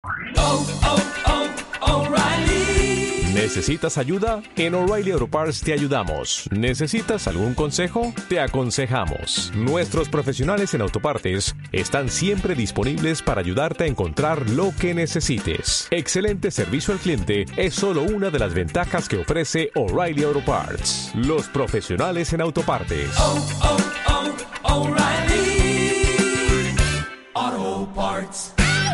O'Reilly. ¿Necesitas ayuda? En O'Reilly Auto Parts te ayudamos. ¿Necesitas algún consejo? Te aconsejamos. Nuestros profesionales en autopartes están siempre disponibles para ayudarte a encontrar lo que necesites. Excelente servicio al cliente es solo una de las ventajas que ofrece O'Reilly Auto Parts. Los profesionales en autopartes. O'Reilly Auto Parts.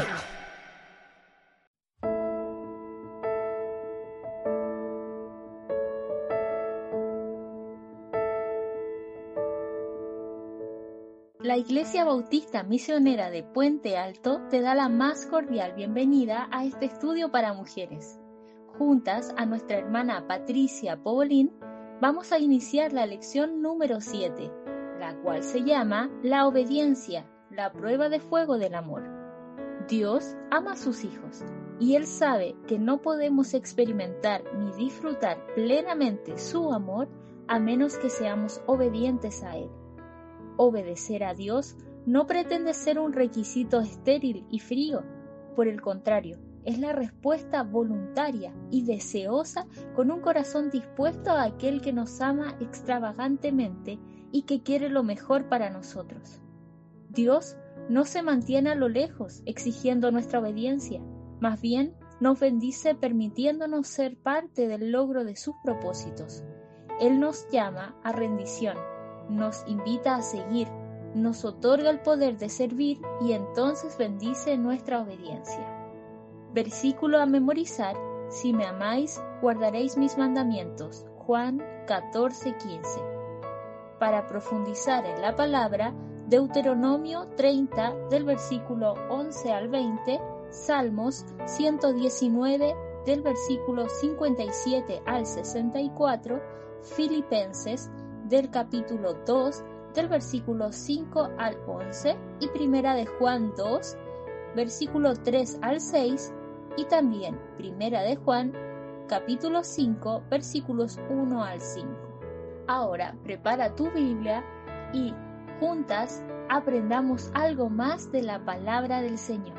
La Iglesia Bautista Misionera de Puente Alto te da la más cordial bienvenida a este estudio para mujeres. Juntas a nuestra hermana Patricia Pobolín, vamos a iniciar la lección número 7, la cual se llama La obediencia, la prueba de fuego del amor. Dios ama a sus hijos y Él sabe que no podemos experimentar ni disfrutar plenamente su amor a menos que seamos obedientes a Él. Obedecer a Dios no pretende ser un requisito estéril y frío. Por el contrario, es la respuesta voluntaria y deseosa con un corazón dispuesto a aquel que nos ama extravagantemente y que quiere lo mejor para nosotros. Dios no se mantiene a lo lejos exigiendo nuestra obediencia, más bien nos bendice permitiéndonos ser parte del logro de sus propósitos. Él nos llama a rendición, nos invita a seguir, nos otorga el poder de servir y entonces bendice nuestra obediencia. Versículo a memorizar: si me amáis, guardaréis mis mandamientos. Juan 14:15. Para profundizar en la palabra, Deuteronomio 30 del versículo 11 al 20, Salmos 119 del versículo 57 al 64, Filipenses del capítulo 2, del versículo 5 al 11, y Primera de Juan 2, versículo 3 al 6, y también Primera de Juan, capítulo 5, versículos 1 al 5. Ahora prepara tu Biblia y juntas aprendamos algo más de la palabra del Señor.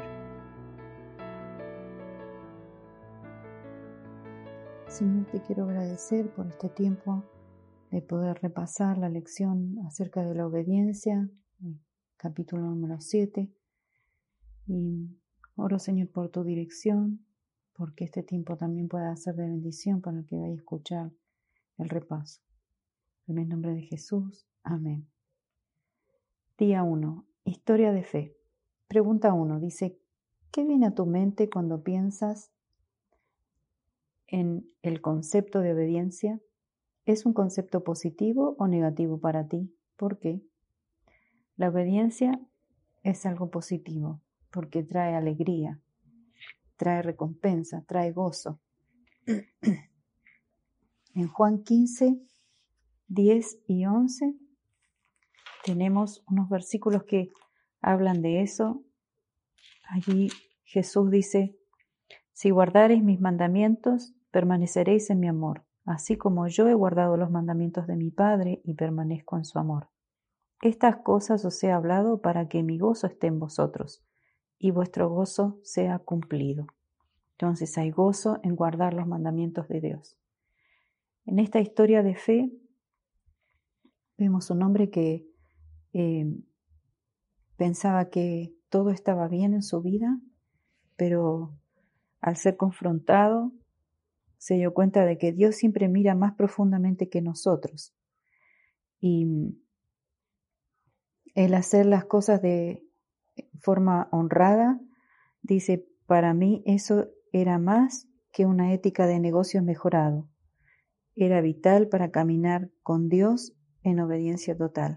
Señor, te quiero agradecer por este tiempo de poder repasar la lección acerca de la obediencia, el capítulo número 7. Y oro, Señor, por tu dirección, porque este tiempo también pueda ser de bendición para el que vaya a escuchar el repaso. En el nombre de Jesús, amén. Día 1. Historia de fe. Pregunta 1. Dice, ¿qué viene a tu mente cuando piensas en el concepto de obediencia? ¿Es un concepto positivo o negativo para ti? ¿Por qué? La obediencia es algo positivo porque trae alegría, trae recompensa, trae gozo. En Juan 15, 10 y 11 tenemos unos versículos que hablan de eso. Allí Jesús dice, si guardareis mis mandamientos, permaneceréis en mi amor, así como yo he guardado los mandamientos de mi Padre y permanezco en su amor. Estas cosas os he hablado para que mi gozo esté en vosotros y vuestro gozo sea cumplido. Entonces hay gozo en guardar los mandamientos de Dios. En esta historia de fe vemos un hombre que pensaba que todo estaba bien en su vida, pero al ser confrontado se dio cuenta de que Dios siempre mira más profundamente que nosotros. Y el hacer las cosas de forma honrada, dice, para mí eso era más que una ética de negocios mejorado. Era vital para caminar con Dios en obediencia total.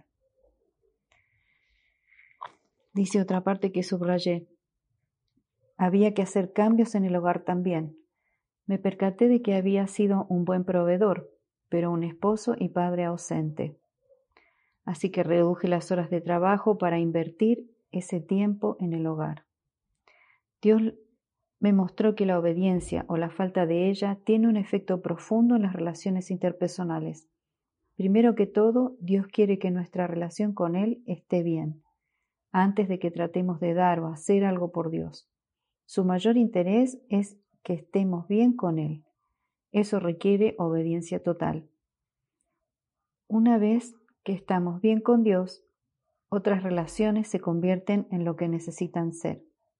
Dice otra parte que subrayé. Había que hacer cambios en el hogar también. Me percaté de que había sido un buen proveedor, pero un esposo y padre ausente. Así que reduje las horas de trabajo para invertir ese tiempo en el hogar. Dios me mostró que la obediencia o la falta de ella tiene un efecto profundo en las relaciones interpersonales. Primero que todo, Dios quiere que nuestra relación con Él esté bien, antes de que tratemos de dar o hacer algo por Dios. Su mayor interés es que estemos bien con Él. Eso requiere obediencia total. Una vez que estamos bien con Dios, otras relaciones se convierten en lo que necesitan ser.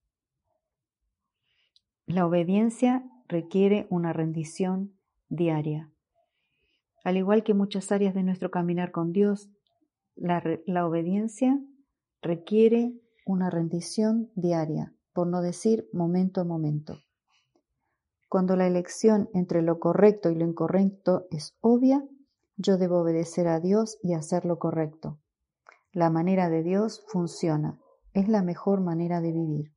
La obediencia requiere una rendición diaria. Al igual que muchas áreas de nuestro caminar con Dios, la obediencia requiere una rendición diaria, por no decir momento a momento. Cuando la elección entre lo correcto y lo incorrecto es obvia, yo debo obedecer a Dios y hacer lo correcto. La manera de Dios funciona, es la mejor manera de vivir.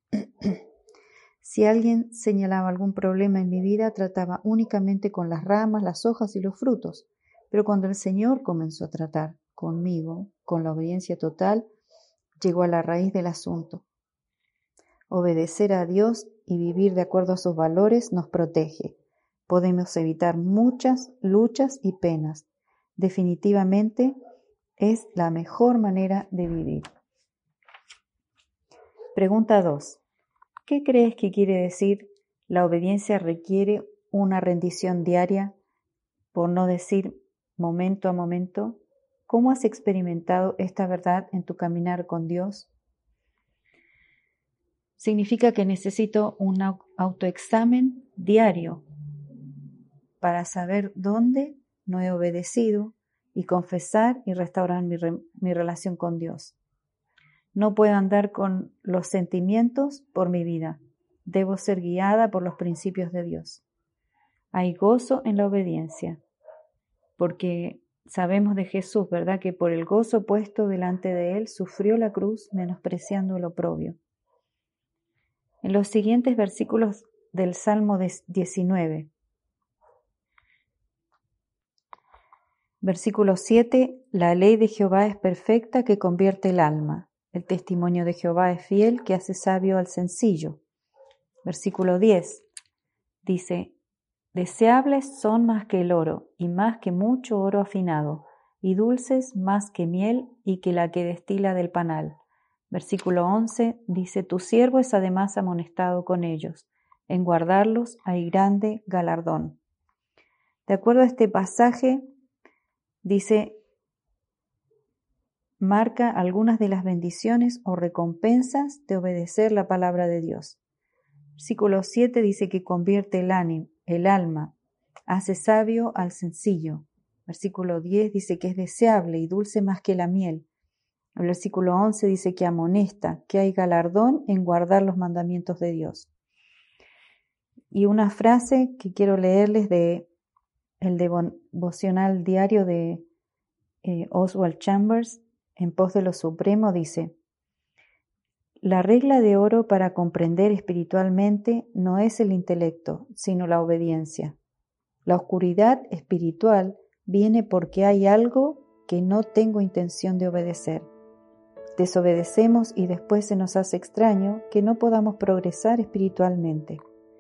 Si alguien señalaba algún problema en mi vida, trataba únicamente con las ramas, las hojas y los frutos. Pero cuando el Señor comenzó a tratar conmigo, con la obediencia total, llegó a la raíz del asunto. Obedecer a Dios y vivir de acuerdo a sus valores nos protege. Podemos evitar muchas luchas y penas. Definitivamente es la mejor manera de vivir. Pregunta 2. ¿Qué crees que quiere decir la obediencia requiere una rendición diaria, por no decir momento a momento? ¿Cómo has experimentado esta verdad en tu caminar con Dios? Significa que necesito un autoexamen diario para saber dónde no he obedecido y confesar y restaurar mi relación con Dios. No puedo andar con los sentimientos por mi vida. Debo ser guiada por los principios de Dios. Hay gozo en la obediencia, porque sabemos de Jesús, ¿verdad? Que por el gozo puesto delante de Él sufrió la cruz, menospreciando el oprobio. En los siguientes versículos del Salmo 19, versículo 7, la ley de Jehová es perfecta que convierte el alma. El testimonio de Jehová es fiel que hace sabio al sencillo. Versículo 10 dice, deseables son más que el oro y más que mucho oro afinado, y dulces más que miel y que la que destila del panal. Versículo 11 dice, tu siervo es además amonestado con ellos, en guardarlos hay grande galardón. De acuerdo a este pasaje, dice, marca algunas de las bendiciones o recompensas de obedecer la palabra de Dios. Versículo 7 dice que convierte el alma, hace sabio al sencillo. Versículo 10 dice que es deseable y dulce más que la miel. El versículo 11 dice que amonesta, que hay galardón en guardar los mandamientos de Dios. Y una frase que quiero leerles de el devocional diario de Oswald Chambers, en pos de lo supremo, dice, la regla de oro para comprender espiritualmente no es el intelecto, sino la obediencia. La oscuridad espiritual viene porque hay algo que no tengo intención de obedecer. Desobedecemos y después se nos hace extraño que no podamos progresar espiritualmente.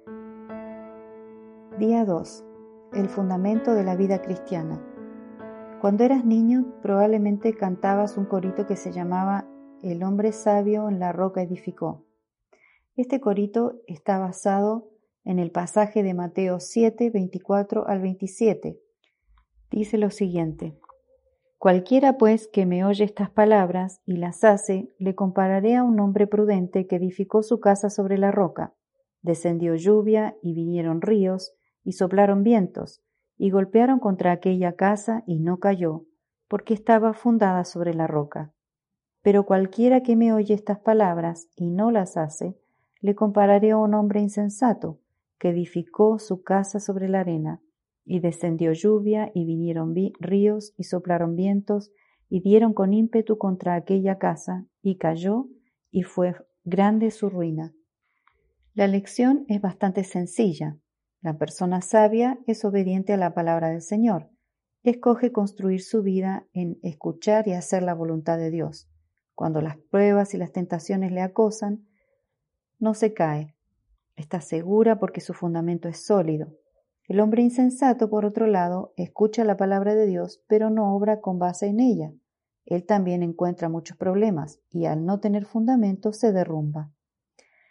Día 2. El fundamento de la vida cristiana. Cuando eras niño, probablemente cantabas un corito que se llamaba El hombre sabio en la roca edificó. Este corito está basado en el pasaje de Mateo 7, 24 al 27. Dice lo siguiente: cualquiera pues que me oye estas palabras y las hace, le compararé a un hombre prudente que edificó su casa sobre la roca. Descendió lluvia y vinieron ríos y soplaron vientos y golpearon contra aquella casa y no cayó, porque estaba fundada sobre la roca. Pero cualquiera que me oye estas palabras y no las hace, le compararé a un hombre insensato, que edificó su casa sobre la arena, y descendió lluvia y vinieron ríos y soplaron vientos y dieron con ímpetu contra aquella casa, y cayó, y fue grande su ruina. La lección es bastante sencilla. La persona sabia es obediente a la palabra del Señor. Escoge construir su vida en escuchar y hacer la voluntad de Dios. Cuando las pruebas y las tentaciones le acosan, no se cae. Está segura porque su fundamento es sólido. El hombre insensato, por otro lado, escucha la palabra de Dios, pero no obra con base en ella. Él también encuentra muchos problemas y al no tener fundamento se derrumba.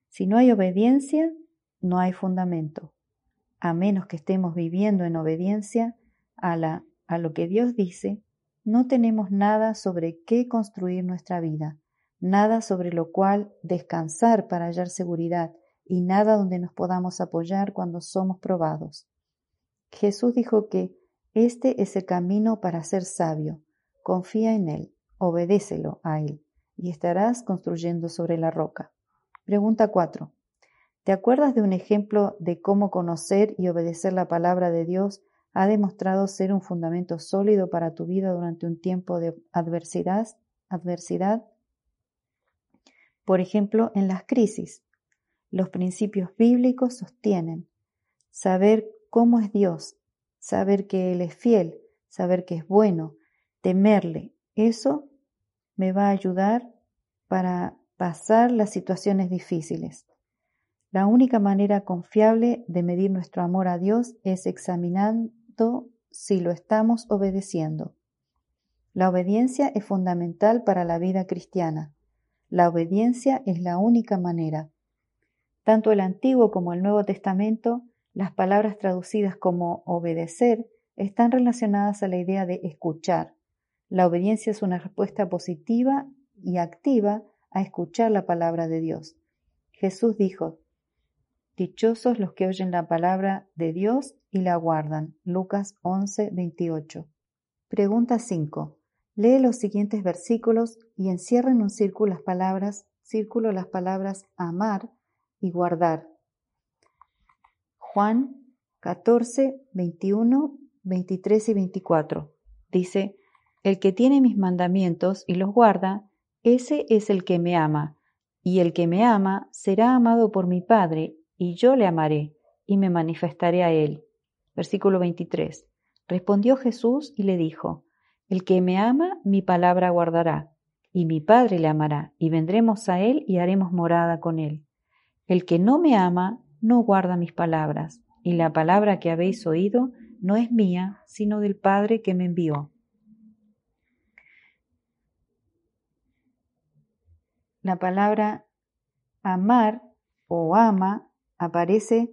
Si no hay obediencia, no hay fundamento. A menos que estemos viviendo en obediencia a lo que Dios dice, no tenemos nada sobre qué construir nuestra vida, nada sobre lo cual descansar para hallar seguridad y nada donde nos podamos apoyar cuando somos probados. Jesús dijo que este es el camino para ser sabio. Confía en Él, obedécelo a Él y estarás construyendo sobre la roca. Pregunta 4. ¿Te acuerdas de un ejemplo de cómo conocer y obedecer la palabra de Dios ha demostrado ser un fundamento sólido para tu vida durante un tiempo de adversidad? Por ejemplo, en las crisis, los principios bíblicos sostienen saber cómo es Dios, saber que Él es fiel, saber que es bueno, temerle. Eso me va a ayudar para pasar las situaciones difíciles. La única manera confiable de medir nuestro amor a Dios es examinando si lo estamos obedeciendo. La obediencia es fundamental para la vida cristiana. La obediencia es la única manera. Tanto el Antiguo como el Nuevo Testamento, las palabras traducidas como obedecer están relacionadas a la idea de escuchar. La obediencia es una respuesta positiva y activa a escuchar la palabra de Dios. Jesús dijo: dichosos los que oyen la palabra de Dios y la guardan. Lucas 11:28. Pregunta 5. Lee los siguientes versículos y encierra en un círculo las palabras amar y guardar. Juan 14, 21, 23 y 24. Dice: el que tiene mis mandamientos y los guarda, ese es el que me ama, y el que me ama será amado por mi Padre, y yo le amaré, y me manifestaré a él. Versículo 23. Respondió Jesús y le dijo: el que me ama, mi palabra guardará, y mi Padre le amará, y vendremos a él y haremos morada con él. El que no me ama, no guarda mis palabras, y la palabra que habéis oído no es mía, sino del Padre que me envió. La palabra amar o ama aparece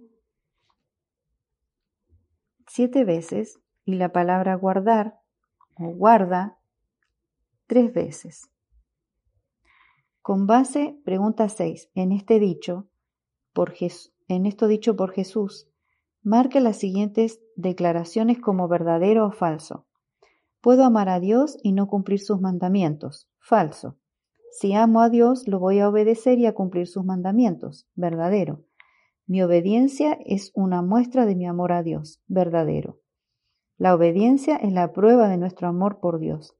7 veces y la palabra guardar o guarda 3 veces. Con base, pregunta 6, en esto dicho por Jesús, marque las siguientes declaraciones como verdadero o falso. Puedo amar a Dios y no cumplir sus mandamientos. Falso. Si amo a Dios, lo voy a obedecer y a cumplir sus mandamientos. Verdadero. Mi obediencia es una muestra de mi amor a Dios. Verdadero. La obediencia es la prueba de nuestro amor por Dios.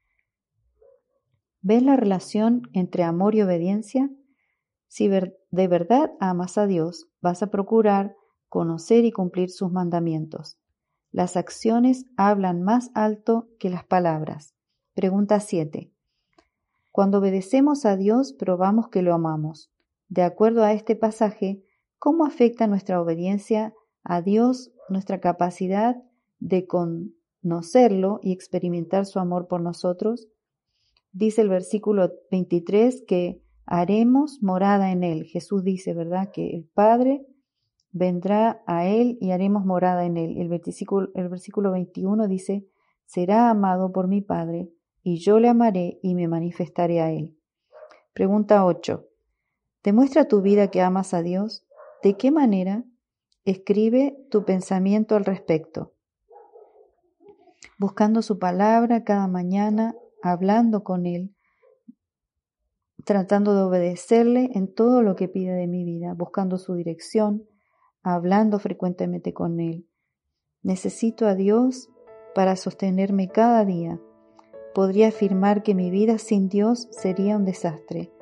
¿Ves la relación entre amor y obediencia? Si de verdad amas a Dios, vas a procurar conocer y cumplir sus mandamientos. Las acciones hablan más alto que las palabras. Pregunta 7. Cuando obedecemos a Dios, probamos que lo amamos. De acuerdo a este pasaje, ¿cómo afecta nuestra obediencia a Dios nuestra capacidad de conocerlo y experimentar su amor por nosotros? Dice el versículo 23 que haremos morada en él. Jesús dice, ¿verdad?, que el Padre vendrá a él y haremos morada en él. El versículo 21 dice: será amado por mi Padre, y yo le amaré y me manifestaré a él. Pregunta 8. ¿Demuestra tu vida que amas a Dios? ¿De qué manera? Escribe tu pensamiento al respecto. Buscando su palabra cada mañana, hablando con él, tratando de obedecerle en todo lo que pide de mi vida, buscando su dirección, hablando frecuentemente con él. Necesito a Dios para sostenerme cada día. Podría afirmar que mi vida sin Dios sería un desastre.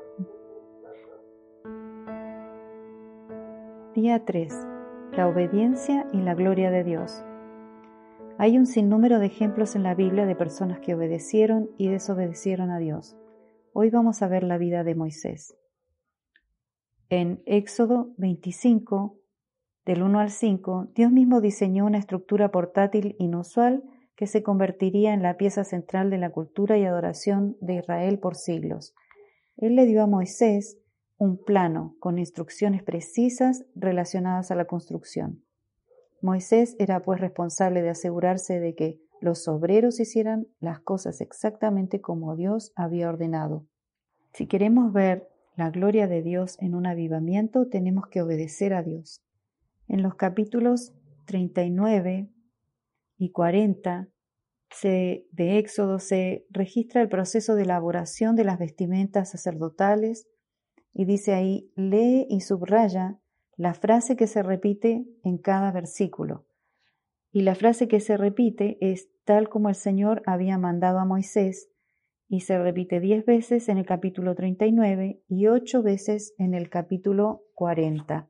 Día 3. La obediencia y la gloria de Dios. Hay un sinnúmero de ejemplos en la Biblia de personas que obedecieron y desobedecieron a Dios. Hoy vamos a ver la vida de Moisés. En Éxodo 25, del 1 al 5, Dios mismo diseñó una estructura portátil inusual que se convertiría en la pieza central de la cultura y adoración de Israel por siglos. Él le dio a Moisés un plano con instrucciones precisas relacionadas a la construcción. Moisés era pues responsable de asegurarse de que los obreros hicieran las cosas exactamente como Dios había ordenado. Si queremos ver la gloria de Dios en un avivamiento, tenemos que obedecer a Dios. En los capítulos 39 y 40 de Éxodo se registra el proceso de elaboración de las vestimentas sacerdotales y dice ahí, lee y subraya la frase que se repite en cada versículo. Y la frase que se repite es tal como el Señor había mandado a Moisés, y se repite 10 veces en el capítulo 39 y 8 veces en el capítulo 40.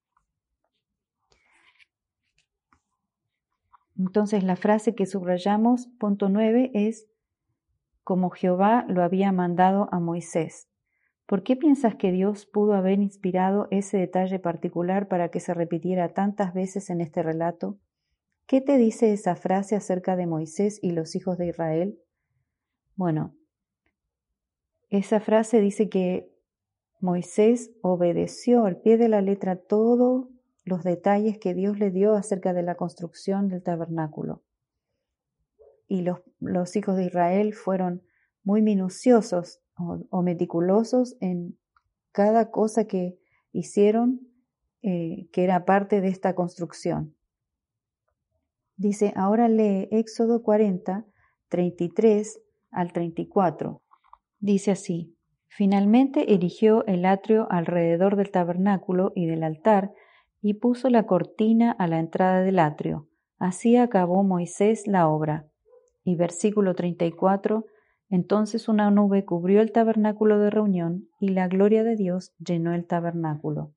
Entonces la frase que subrayamos, punto 9, es como Jehová lo había mandado a Moisés. ¿Por qué piensas que Dios pudo haber inspirado ese detalle particular para que se repitiera tantas veces en este relato? ¿Qué te dice esa frase acerca de Moisés y los hijos de Israel? Bueno, esa frase dice que Moisés obedeció al pie de la letra todos los detalles que Dios le dio acerca de la construcción del tabernáculo. Y los hijos de Israel fueron muy minuciosos o meticulosos en cada cosa que hicieron que era parte de esta construcción. Dice, ahora lee Éxodo 40, 33 al 34. Dice así, finalmente erigió el atrio alrededor del tabernáculo y del altar y puso la cortina a la entrada del atrio. Así acabó Moisés la obra. Y versículo 34, entonces una nube cubrió el tabernáculo de reunión y la gloria de Dios llenó el tabernáculo.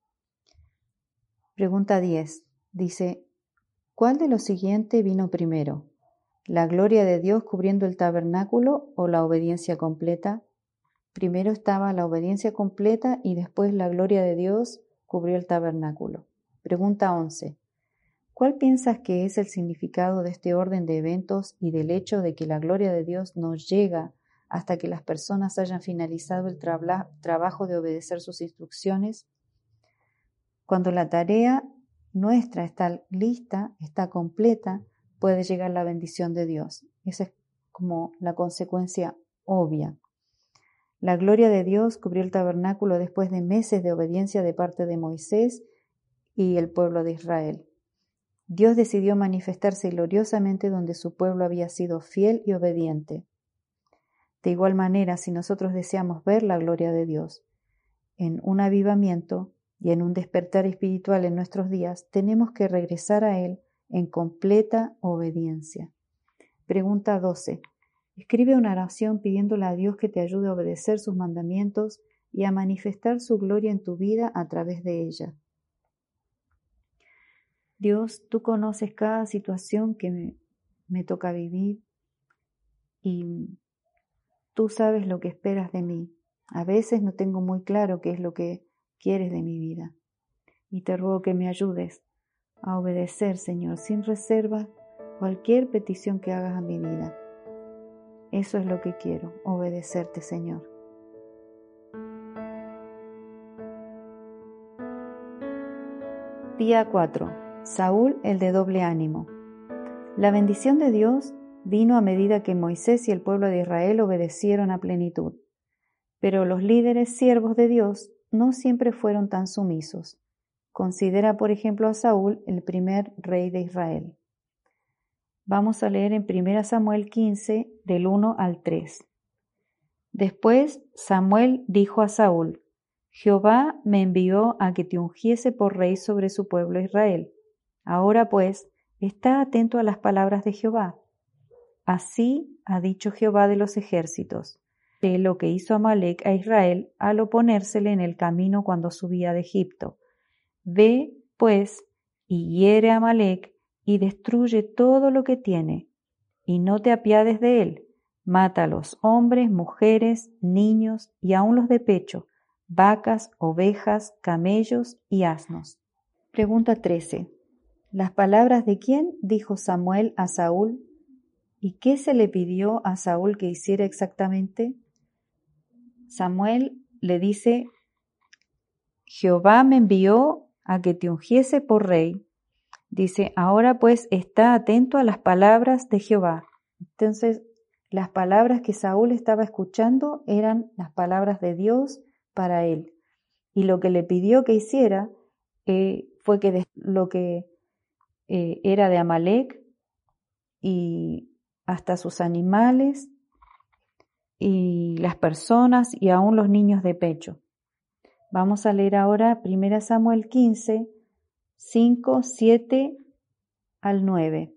Pregunta 10. Dice, ¿cuál de lo siguiente vino primero? ¿La gloria de Dios cubriendo el tabernáculo o la obediencia completa? Primero estaba la obediencia completa y después la gloria de Dios cubrió el tabernáculo. Pregunta 11. ¿Cuál piensas que es el significado de este orden de eventos y del hecho de que la gloria de Dios no llega hasta que las personas hayan finalizado el trabajo de obedecer sus instrucciones? Cuando la tarea nuestra está lista, está completa, puede llegar la bendición de Dios. Esa es como la consecuencia obvia. La gloria de Dios cubrió el tabernáculo después de meses de obediencia de parte de Moisés y el pueblo de Israel. Dios decidió manifestarse gloriosamente donde su pueblo había sido fiel y obediente. De igual manera, si nosotros deseamos ver la gloria de Dios en un avivamiento y en un despertar espiritual en nuestros días, tenemos que regresar a Él en completa obediencia. Pregunta 12. Escribe una oración pidiéndole a Dios que te ayude a obedecer sus mandamientos y a manifestar su gloria en tu vida a través de ella. Dios, tú conoces cada situación que me toca vivir y tú sabes lo que esperas de mí. A veces no tengo muy claro qué es lo que quieres de mi vida. Y te ruego que me ayudes a obedecer, Señor, sin reserva, cualquier petición que hagas a mi vida. Eso es lo que quiero, obedecerte, Señor. Día 4. Saúl, el de doble ánimo. La bendición de Dios vino a medida que Moisés y el pueblo de Israel obedecieron a plenitud. Pero los líderes siervos de Dios no siempre fueron tan sumisos. Considera, por ejemplo, a Saúl, el primer rey de Israel. Vamos a leer en 1 Samuel 15, del 1 al 3. Después Samuel dijo a Saúl, Jehová me envió a que te ungiese por rey sobre su pueblo Israel. Ahora pues, está atento a las palabras de Jehová. Así ha dicho Jehová de los ejércitos, de lo que hizo Amalec a Israel al oponérsele en el camino cuando subía de Egipto. Ve, pues, y hiere a Amalec y destruye todo lo que tiene, y no te apiades de él. Mátalos, hombres, mujeres, niños y aun los de pecho, vacas, ovejas, camellos y asnos. Pregunta 13. ¿Las palabras de quién dijo Samuel a Saúl? ¿Y qué se le pidió a Saúl que hiciera exactamente? Samuel le dice Jehová me envió a que te ungiese por rey. Dice, ahora pues está atento a las palabras de Jehová. Entonces, las palabras que Saúl estaba escuchando eran las palabras de Dios para él. Y lo que le pidió que hiciera fue que lo que era de Amalec y hasta sus animales y las personas y aún los niños de pecho. Vamos a leer ahora 1 Samuel 15, 5, 7 al 9.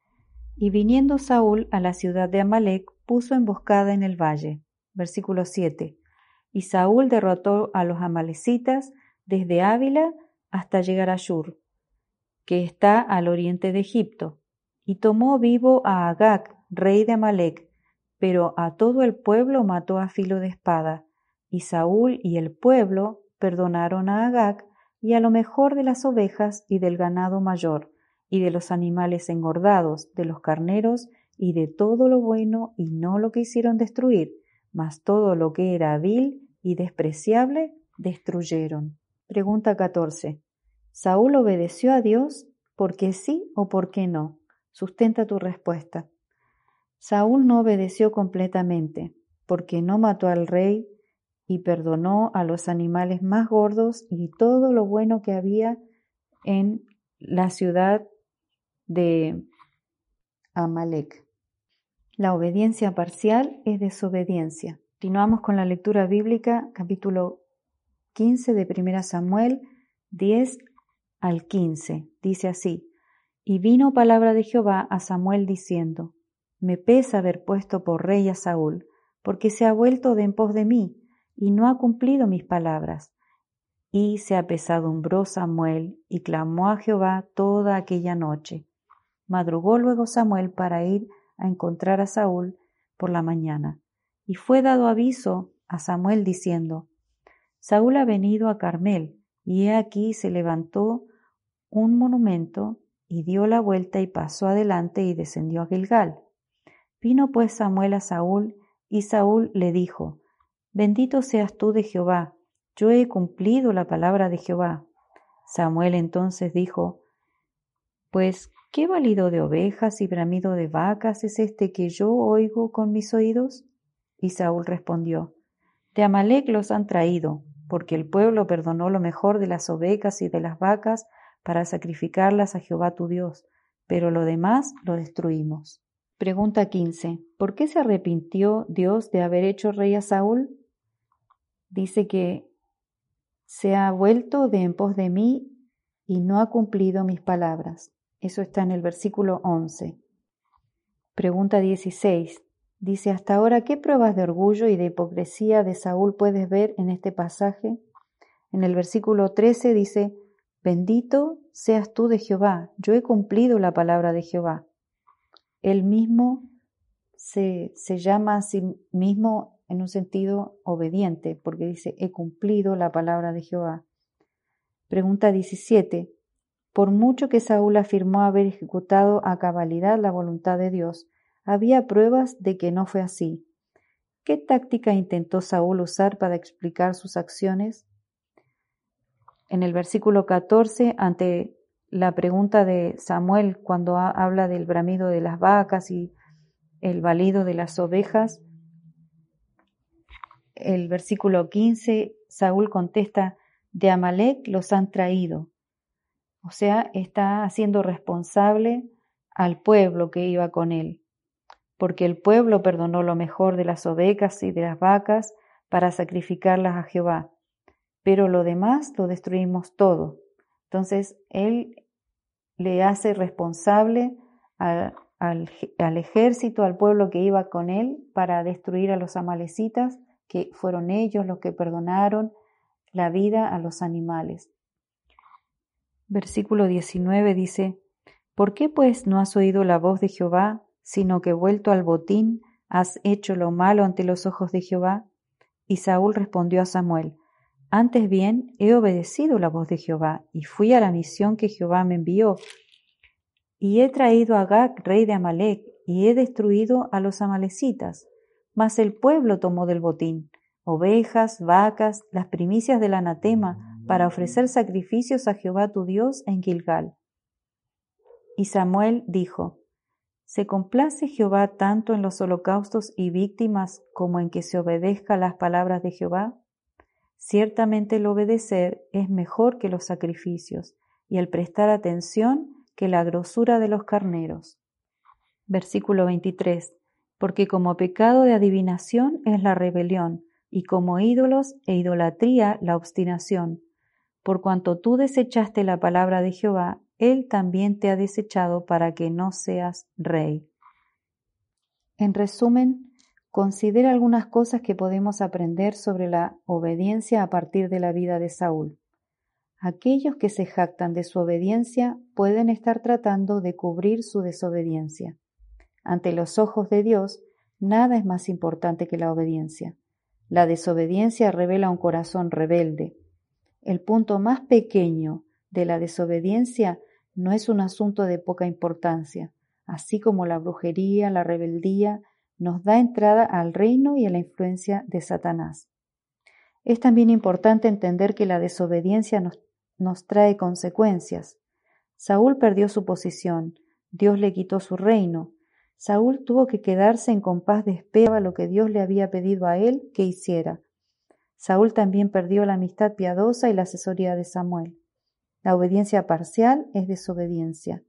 Y viniendo Saúl a la ciudad de Amalec, puso emboscada en el valle. Versículo 7. Y Saúl derrotó a los amalecitas desde Ávila hasta llegar a Shur, que está al oriente de Egipto, y tomó vivo a Agag, rey de Amalec, pero a todo el pueblo mató a filo de espada, y Saúl y el pueblo perdonaron a Agag y a lo mejor de las ovejas y del ganado mayor, y de los animales engordados, de los carneros, y de todo lo bueno, y no lo que hicieron destruir, mas todo lo que era vil y despreciable destruyeron. Pregunta 14. ¿Saúl obedeció a Dios porque sí o porque no? Sustenta tu respuesta. Saúl no obedeció completamente, porque no mató al rey y perdonó a los animales más gordos y todo lo bueno que había en la ciudad de Amalec. La obediencia parcial es desobediencia. Continuamos con la lectura bíblica, capítulo 15 de 1 Samuel 10 al 15. Dice así: Y vino palabra de Jehová a Samuel diciendo: Me pesa haber puesto por rey a Saúl, porque se ha vuelto de en pos de mí, y no ha cumplido mis palabras. Y se apesadumbró Samuel, y clamó a Jehová toda aquella noche. Madrugó luego Samuel para ir a encontrar a Saúl por la mañana. Y fue dado aviso a Samuel diciendo: Saúl ha venido a Carmel, y he aquí se levantó un monumento, y dio la vuelta y pasó adelante y descendió a Gilgal. Vino pues Samuel a Saúl, y Saúl le dijo: Bendito seas tú de Jehová, yo he cumplido la palabra de Jehová. Samuel entonces dijo: Pues, ¿qué balido de ovejas y bramido de vacas es este que yo oigo con mis oídos? Y Saúl respondió: De Amalec los han traído, porque el pueblo perdonó lo mejor de las ovejas y de las vacas para sacrificarlas a Jehová tu Dios, pero lo demás lo destruimos. Pregunta 15. ¿Por qué se arrepintió Dios de haber hecho rey a Saúl? Dice que se ha vuelto de en pos de mí y no ha cumplido mis palabras. Eso está en el versículo 11. Pregunta 16. Dice, hasta ahora, ¿qué pruebas de orgullo y de hipocresía de Saúl puedes ver en este pasaje? En el versículo 13 dice: Bendito seas tú de Jehová, yo he cumplido la palabra de Jehová. Él mismo se llama a sí mismo en un sentido obediente, porque dice, he cumplido la palabra de Jehová. Pregunta 17. Por mucho que Saúl afirmó haber ejecutado a cabalidad la voluntad de Dios, había pruebas de que no fue así. ¿Qué táctica intentó Saúl usar para explicar sus acciones? En el versículo 14, ante la pregunta de Samuel, cuando habla del bramido de las vacas y el balido de las ovejas, el versículo 15, Saúl contesta, de Amalec los han traído. O sea, está haciendo responsable al pueblo que iba con él, porque el pueblo perdonó lo mejor de las ovejas y de las vacas para sacrificarlas a Jehová, pero lo demás lo destruimos todo. Entonces, él le hace responsable al ejército, al pueblo que iba con él para destruir a los amalecitas, que fueron ellos los que perdonaron la vida a los animales. Versículo 19 dice, ¿por qué pues no has oído la voz de Jehová, sino que vuelto al botín has hecho lo malo ante los ojos de Jehová? Y Saúl respondió a Samuel, antes bien he obedecido la voz de Jehová, y fui a la misión que Jehová me envió. Y he traído a Agag, rey de Amalec, y he destruido a los amalecitas. Mas el pueblo tomó del botín ovejas, vacas, las primicias del anatema, para ofrecer sacrificios a Jehová tu Dios en Gilgal. Y Samuel dijo: ¿Se complace Jehová tanto en los holocaustos y víctimas como en que se obedezca las palabras de Jehová? Ciertamente el obedecer es mejor que los sacrificios, y el prestar atención que la grosura de los carneros. Versículo 23. Porque como pecado de adivinación es la rebelión, y como ídolos e idolatría la obstinación. Por cuanto tú desechaste la palabra de Jehová, Él también te ha desechado para que no seas rey. En resumen, considera algunas cosas que podemos aprender sobre la obediencia a partir de la vida de Saúl. Aquellos que se jactan de su obediencia pueden estar tratando de cubrir su desobediencia. Ante los ojos de Dios, nada es más importante que la obediencia. La desobediencia revela un corazón rebelde. El punto más pequeño de la desobediencia no es un asunto de poca importancia, así como la brujería, la rebeldía, nos da entrada al reino y a la influencia de Satanás. Es también importante entender que la desobediencia nos trae consecuencias. Saúl perdió su posición, Dios le quitó su reino. Saúl tuvo que quedarse en compás de espera a lo que Dios le había pedido a él que hiciera. Saúl también perdió la amistad piadosa y la asesoría de Samuel. La obediencia parcial es desobediencia.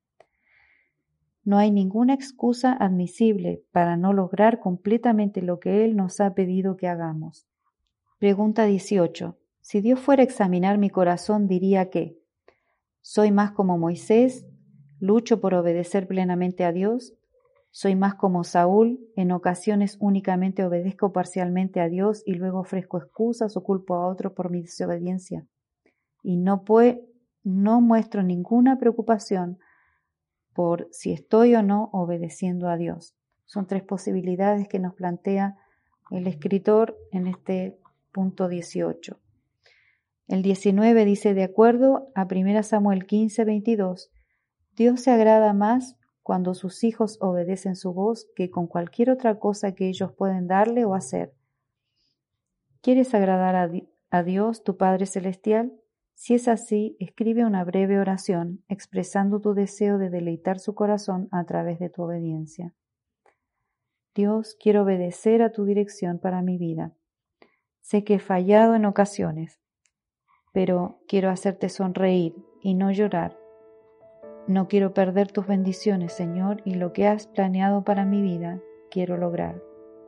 No hay ninguna excusa admisible para no lograr completamente lo que Él nos ha pedido que hagamos. Pregunta 18. Si Dios fuera a examinar mi corazón, diría que ¿soy más como Moisés? ¿Lucho por obedecer plenamente a Dios? ¿Soy más como Saúl? En ocasiones únicamente obedezco parcialmente a Dios y luego ofrezco excusas o culpo a otro por mi desobediencia. Y no muestro ninguna preocupación por si estoy o no obedeciendo a Dios. Son tres posibilidades que nos plantea el escritor en este punto 18. El 19 dice, de acuerdo a 1 Samuel 15:22, Dios se agrada más cuando sus hijos obedecen su voz que con cualquier otra cosa que ellos pueden darle o hacer. ¿Quieres agradar a Dios, tu Padre Celestial? Si es así, escribe una breve oración expresando tu deseo de deleitar su corazón a través de tu obediencia. Dios, quiero obedecer a tu dirección para mi vida. Sé que he fallado en ocasiones, pero quiero hacerte sonreír y no llorar. No quiero perder tus bendiciones, Señor, y lo que has planeado para mi vida, quiero lograr.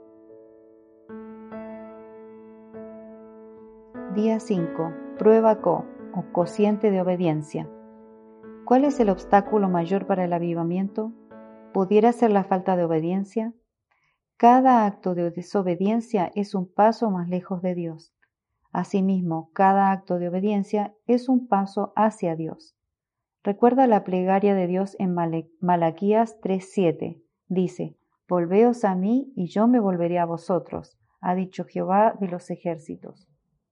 Día 5. Prueba CO, o cociente de obediencia. ¿Cuál es el obstáculo mayor para el avivamiento? ¿Pudiera ser la falta de obediencia? Cada acto de desobediencia es un paso más lejos de Dios. Asimismo, cada acto de obediencia es un paso hacia Dios. Recuerda la plegaria de Dios en Malaquías 3:7. Dice, «Volveos a mí y yo me volveré a vosotros», ha dicho Jehová de los ejércitos.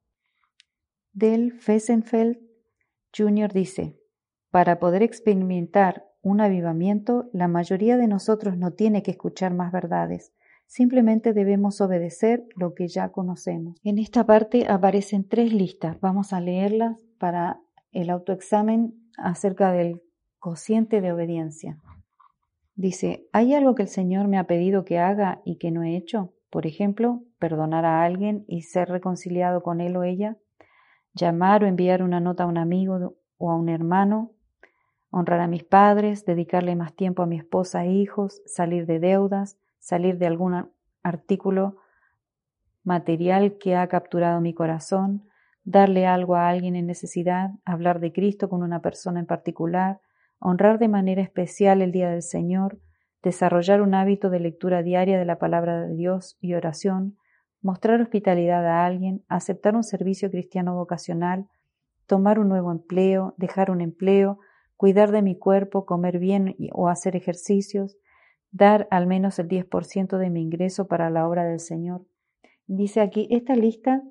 Del Fessenfeld Jr. dice, para poder experimentar un avivamiento, la mayoría de nosotros no tiene que escuchar más verdades, simplemente debemos obedecer lo que ya conocemos. En esta parte aparecen 3 listas, vamos a leerlas para el autoexamen acerca del cociente de obediencia. Dice, ¿hay algo que el Señor me ha pedido que haga y que no he hecho? Por ejemplo, perdonar a alguien y ser reconciliado con él o ella, llamar o enviar una nota a un amigo o a un hermano, honrar a mis padres, dedicarle más tiempo a mi esposa e hijos, salir de deudas, salir de algún artículo material que ha capturado mi corazón, darle algo a alguien en necesidad, hablar de Cristo con una persona en particular, honrar de manera especial el Día del Señor, desarrollar un hábito de lectura diaria de la palabra de Dios y oración, mostrar hospitalidad a alguien, aceptar un servicio cristiano vocacional, tomar un nuevo empleo, dejar un empleo, cuidar de mi cuerpo, comer bien o hacer ejercicios, dar al menos el 10% de mi ingreso para la obra del Señor. Dice aquí, esta lista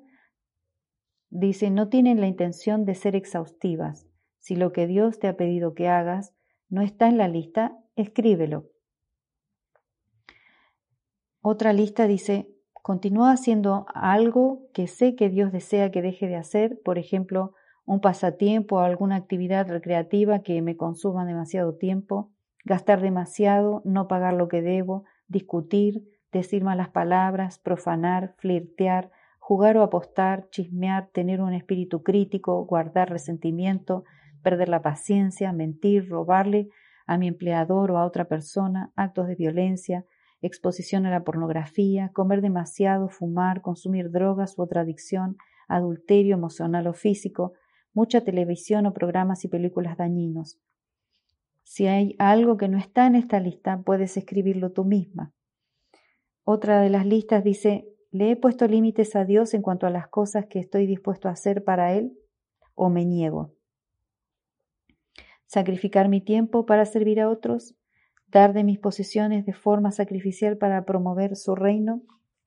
dice, no tienen la intención de ser exhaustivas. Si lo que Dios te ha pedido que hagas no está en la lista, escríbelo. Otra lista dice, Continúa haciendo algo que sé que Dios desea que deje de hacer, por ejemplo, un pasatiempo o alguna actividad recreativa que me consuma demasiado tiempo, gastar demasiado, no pagar lo que debo, discutir, decir malas palabras, profanar, flirtear, jugar o apostar, chismear, tener un espíritu crítico, guardar resentimiento, perder la paciencia, mentir, robarle a mi empleador o a otra persona, actos de violencia, exposición a la pornografía, comer demasiado, fumar, consumir drogas u otra adicción, adulterio emocional o físico, mucha televisión o programas y películas dañinos. Si hay algo que no está en esta lista, puedes escribirlo tú misma. Otra de las listas dice: ¿le he puesto límites a Dios en cuanto a las cosas que estoy dispuesto a hacer para Él o me niego? Sacrificar mi tiempo para servir a otros, dar de mis posesiones de forma sacrificial para promover su reino,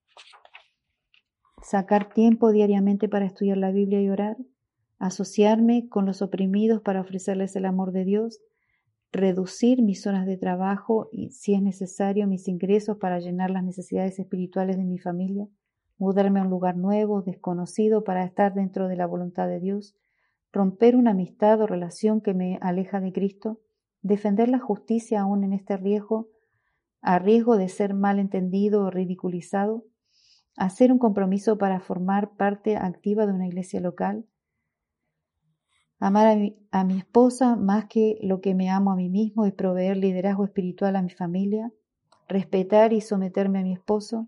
sacar tiempo diariamente para estudiar la Biblia y orar, asociarme con los oprimidos para ofrecerles el amor de Dios, reducir mis horas de trabajo y, si es necesario, mis ingresos para llenar las necesidades espirituales de mi familia, mudarme a un lugar nuevo, desconocido, para estar dentro de la voluntad de Dios, romper una amistad o relación que me aleja de Cristo, defender la justicia aún en este riesgo, a riesgo de ser mal entendido o ridiculizado, hacer un compromiso para formar parte activa de una iglesia local, amar a mi esposa más que lo que me amo a mí mismo y proveer liderazgo espiritual a mi familia, respetar y someterme a mi esposo.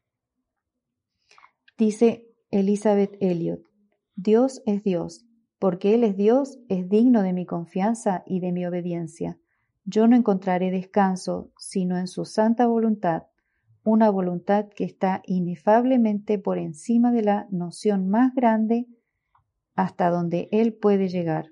Dice Elizabeth Elliot: Dios es Dios. Porque Él es Dios, es digno de mi confianza y de mi obediencia. Yo no encontraré descanso, sino en su santa voluntad, una voluntad que está inefablemente por encima de la noción más grande hasta donde Él puede llegar.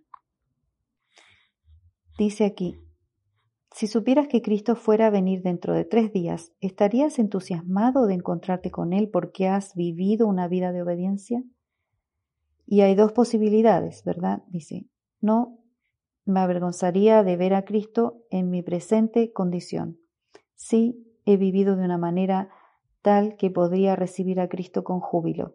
Dice aquí: si supieras que Cristo fuera a venir dentro de 3 días, ¿estarías entusiasmado de encontrarte con Él porque has vivido una vida de obediencia? Y hay 2 posibilidades, ¿verdad? Dice: no me avergonzaría de ver a Cristo en mi presente condición. Sí, he vivido de una manera tal que podría recibir a Cristo con júbilo.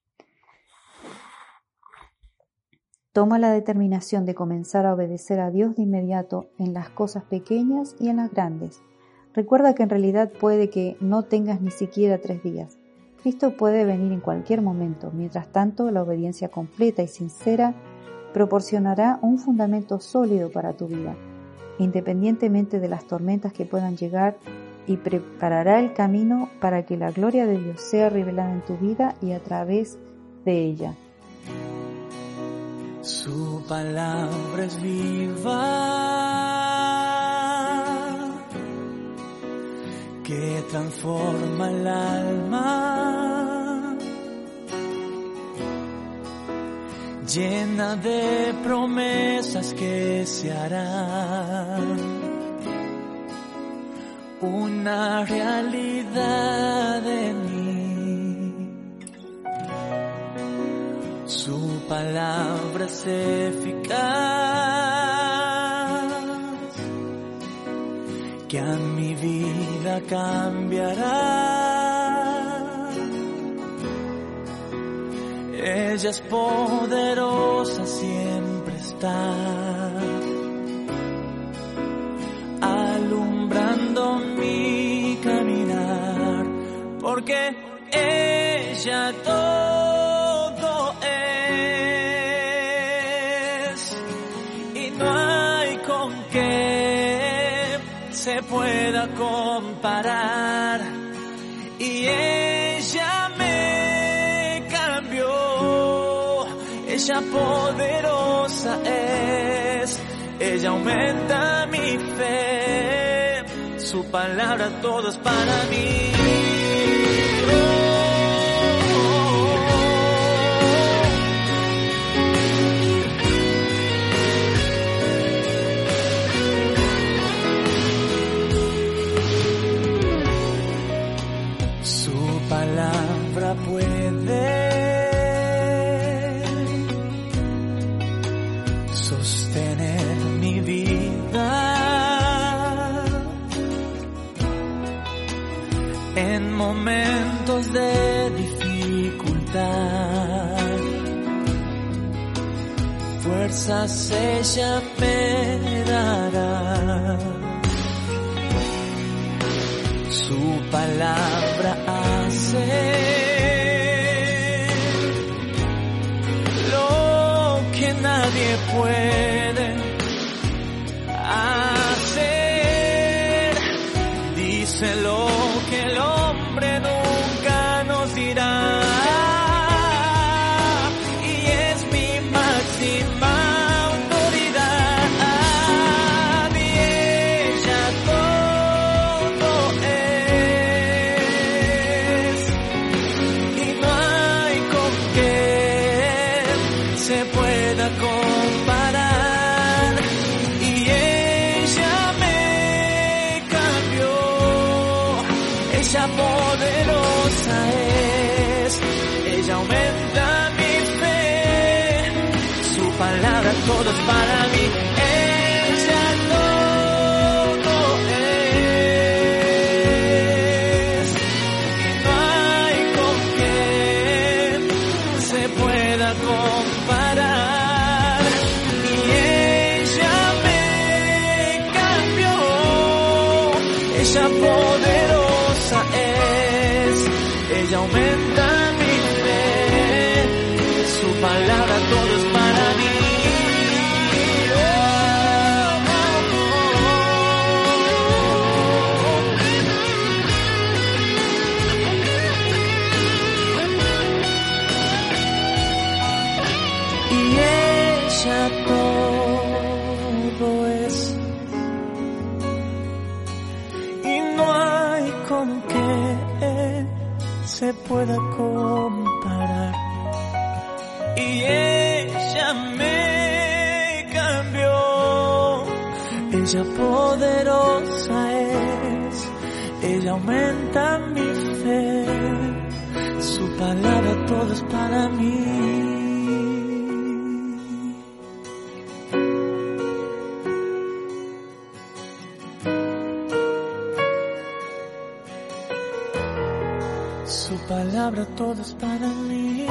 Toma la determinación de comenzar a obedecer a Dios de inmediato en las cosas pequeñas y en las grandes. Recuerda que en realidad puede que no tengas ni siquiera 3 días. Cristo puede venir en cualquier momento. Mientras tanto, la obediencia completa y sincera proporcionará un fundamento sólido para tu vida, independientemente de las tormentas que puedan llegar, y preparará el camino para que la gloria de Dios sea revelada en tu vida y a través de ella. Su palabra es viva, que transforma el alma, llena de promesas que se harán una realidad en mí. Su palabra es eficaz, que a mi vida cambiará. Ella es poderosa, siempre está alumbrando mi caminar, porque ella todo es, y no hay con qué se pueda comparar. Y ella me cambió, ella poderosa es, ella aumenta mi fe, su palabra todo es para mí. Su palabra puede sostener mi vida, en momentos de dificultad. Fuerzas ella me dará. Su palabra hace lo que nadie puede hacer. Dice lo que el hombre nunca nos dirá. Y es mi máxima autoridad. Y ella todo es. Y no hay con qué se pueda comparar. Y ella me cambió. Ella poderosa es. Ella aumenta mi fe. Su palabra todo es para mí. Ella todo es. Y no hay con qué se pueda comparar. Y ella me cambió. Ella poderosa es. Ella aumenta mi fe. Su palabra todo es para mí. Y ella todo es. Y no hay con qué se pueda comparar. Y ella me cambió. Ella poderosa es. Ella aumenta mi fe. Su palabra todo es para mí. Su palabra todo es para mí.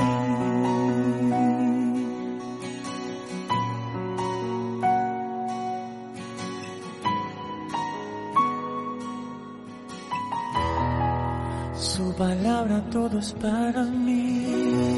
Su palabra todo es para mí.